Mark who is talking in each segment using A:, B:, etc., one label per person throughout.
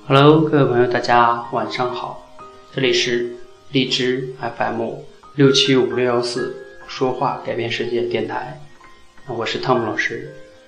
A: Hello， 各位朋友，大家晚上好，这里是荔枝 FM 675614说话改变世界电台，我是汤姆老师。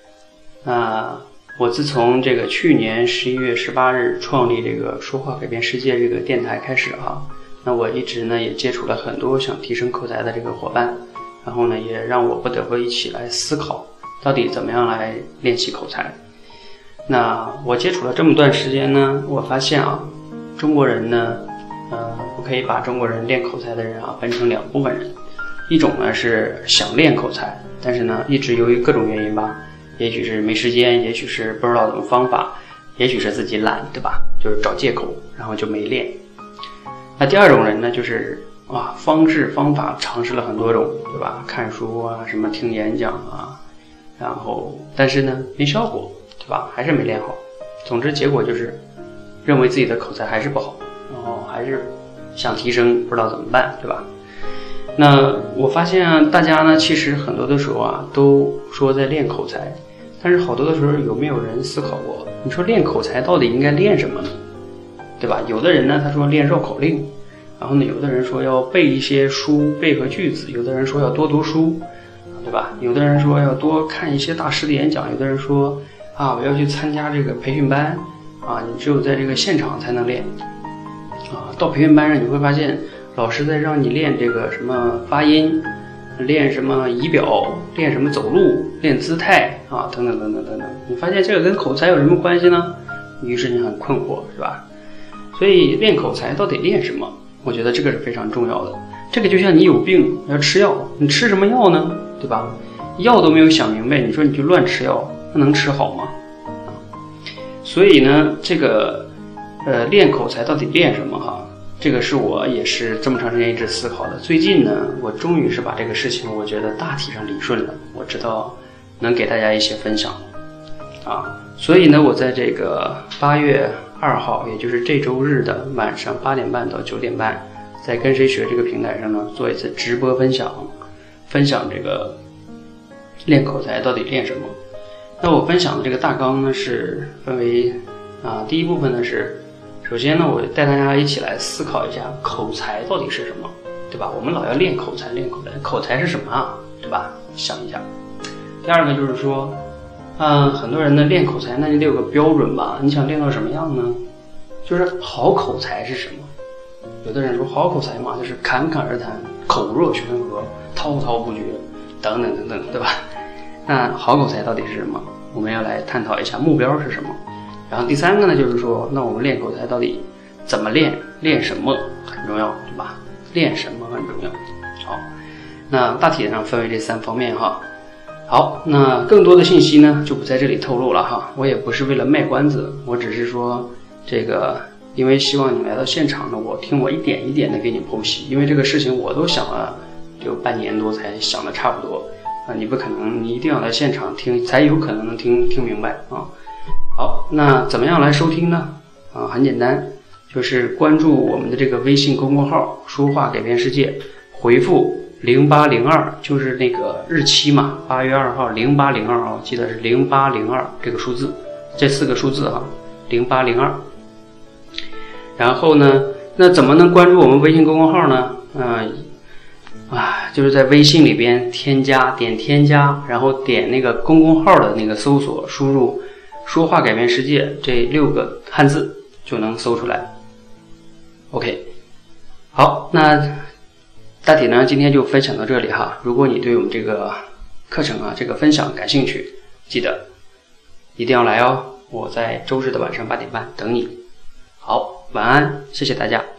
A: 我自从这个去年11月18日创立这个说话改变世界这个电台开始那我一直呢也接触了很多想提升口才的这个伙伴，然后呢也让我不得不一起来思考到底怎么样来练习口才。那我接触了这么段时间呢，我发现中国人呢，我可以把中国人练口才的人分成两部分人。一种呢是想练口才，但是呢一直由于各种原因吧，也许是没时间，也许是不知道怎么方法，也许是自己懒，对吧？就是找借口，然后就没练。那第二种人呢，就是方式方法尝试了很多种，对吧？看书什么听演讲然后但是呢没效果，对吧？还是没练好。总之结果就是认为自己的口才还是不好，然后还是想提升，不知道怎么办，对吧？那我发现大家呢，其实很多的时候都说在练口才，但是好多的时候有没有人思考过，你说练口才到底应该练什么呢？对吧？有的人呢他说练绕口令，然后呢有的人说要背一些书，背和句子，有的人说要多读书，对吧？有的人说要多看一些大师的演讲，有的人说我要去参加这个培训班你只有在这个现场才能练到培训班上你会发现老师在让你练这个什么发音，练什么仪表，练什么走路，练姿态等等等等等等。你发现这个跟口才有什么关系呢？于是你很困惑，是吧？所以练口才到底练什么？我觉得这个是非常重要的。这个就像你有病要吃药，你吃什么药呢？对吧？药都没有想明白，你说你就乱吃药，那能吃好吗？所以呢，这个练口才到底练什么这个是我也是这么长时间一直思考的。最近呢，我终于是把这个事情我觉得大体上理顺了，我知道能给大家一些分享所以呢，我在这个8月2号，也就是这周日的晚上8点半到9点半，在跟谁学这个平台上呢做一次直播分享这个练口才到底练什么。那我分享的这个大纲呢是分为第一部分呢是，首先呢我带大家一起来思考一下口才到底是什么，对吧？我们老要练口才，口才是什么对吧？想一下。第二个就是说很多人呢练口才，那你得有个标准吧？你想练到什么样呢？就是好口才是什么？有的人说好口才嘛，就是侃侃而谈，口若悬河，滔滔不绝，等等等等，对吧？那好口才到底是什么？我们要来探讨一下目标是什么。然后第三个呢，就是说，那我们练口才到底怎么练？练什么很重要，对吧？练什么很重要。好，那大体上分为这3方面好，那更多的信息呢就不在这里透露了我也不是为了卖关子，我只是说这个，因为希望你来到现场呢，我听我一点一点的给你剖析，因为这个事情我都想了有半年多才想的差不多你不可能，你一定要来现场听，才有可能能听明白好，那怎么样来收听呢？很简单，就是关注我们的这个微信公众号说话改变世界，回复0802，就是那个日期嘛，8月2号0802记得是0802这个数字，这4个数字0802。然后呢，那怎么能关注我们微信公众号呢？就是在微信里边点添加，然后点那个公众号的那个搜索，输入说话改变世界这6个汉字就能搜出来。 OK， 好，那大体呢今天就分享到这里如果你对我们这个课程这个分享感兴趣，记得一定要来我在周日的晚上8点半等你。好，晚安，谢谢大家。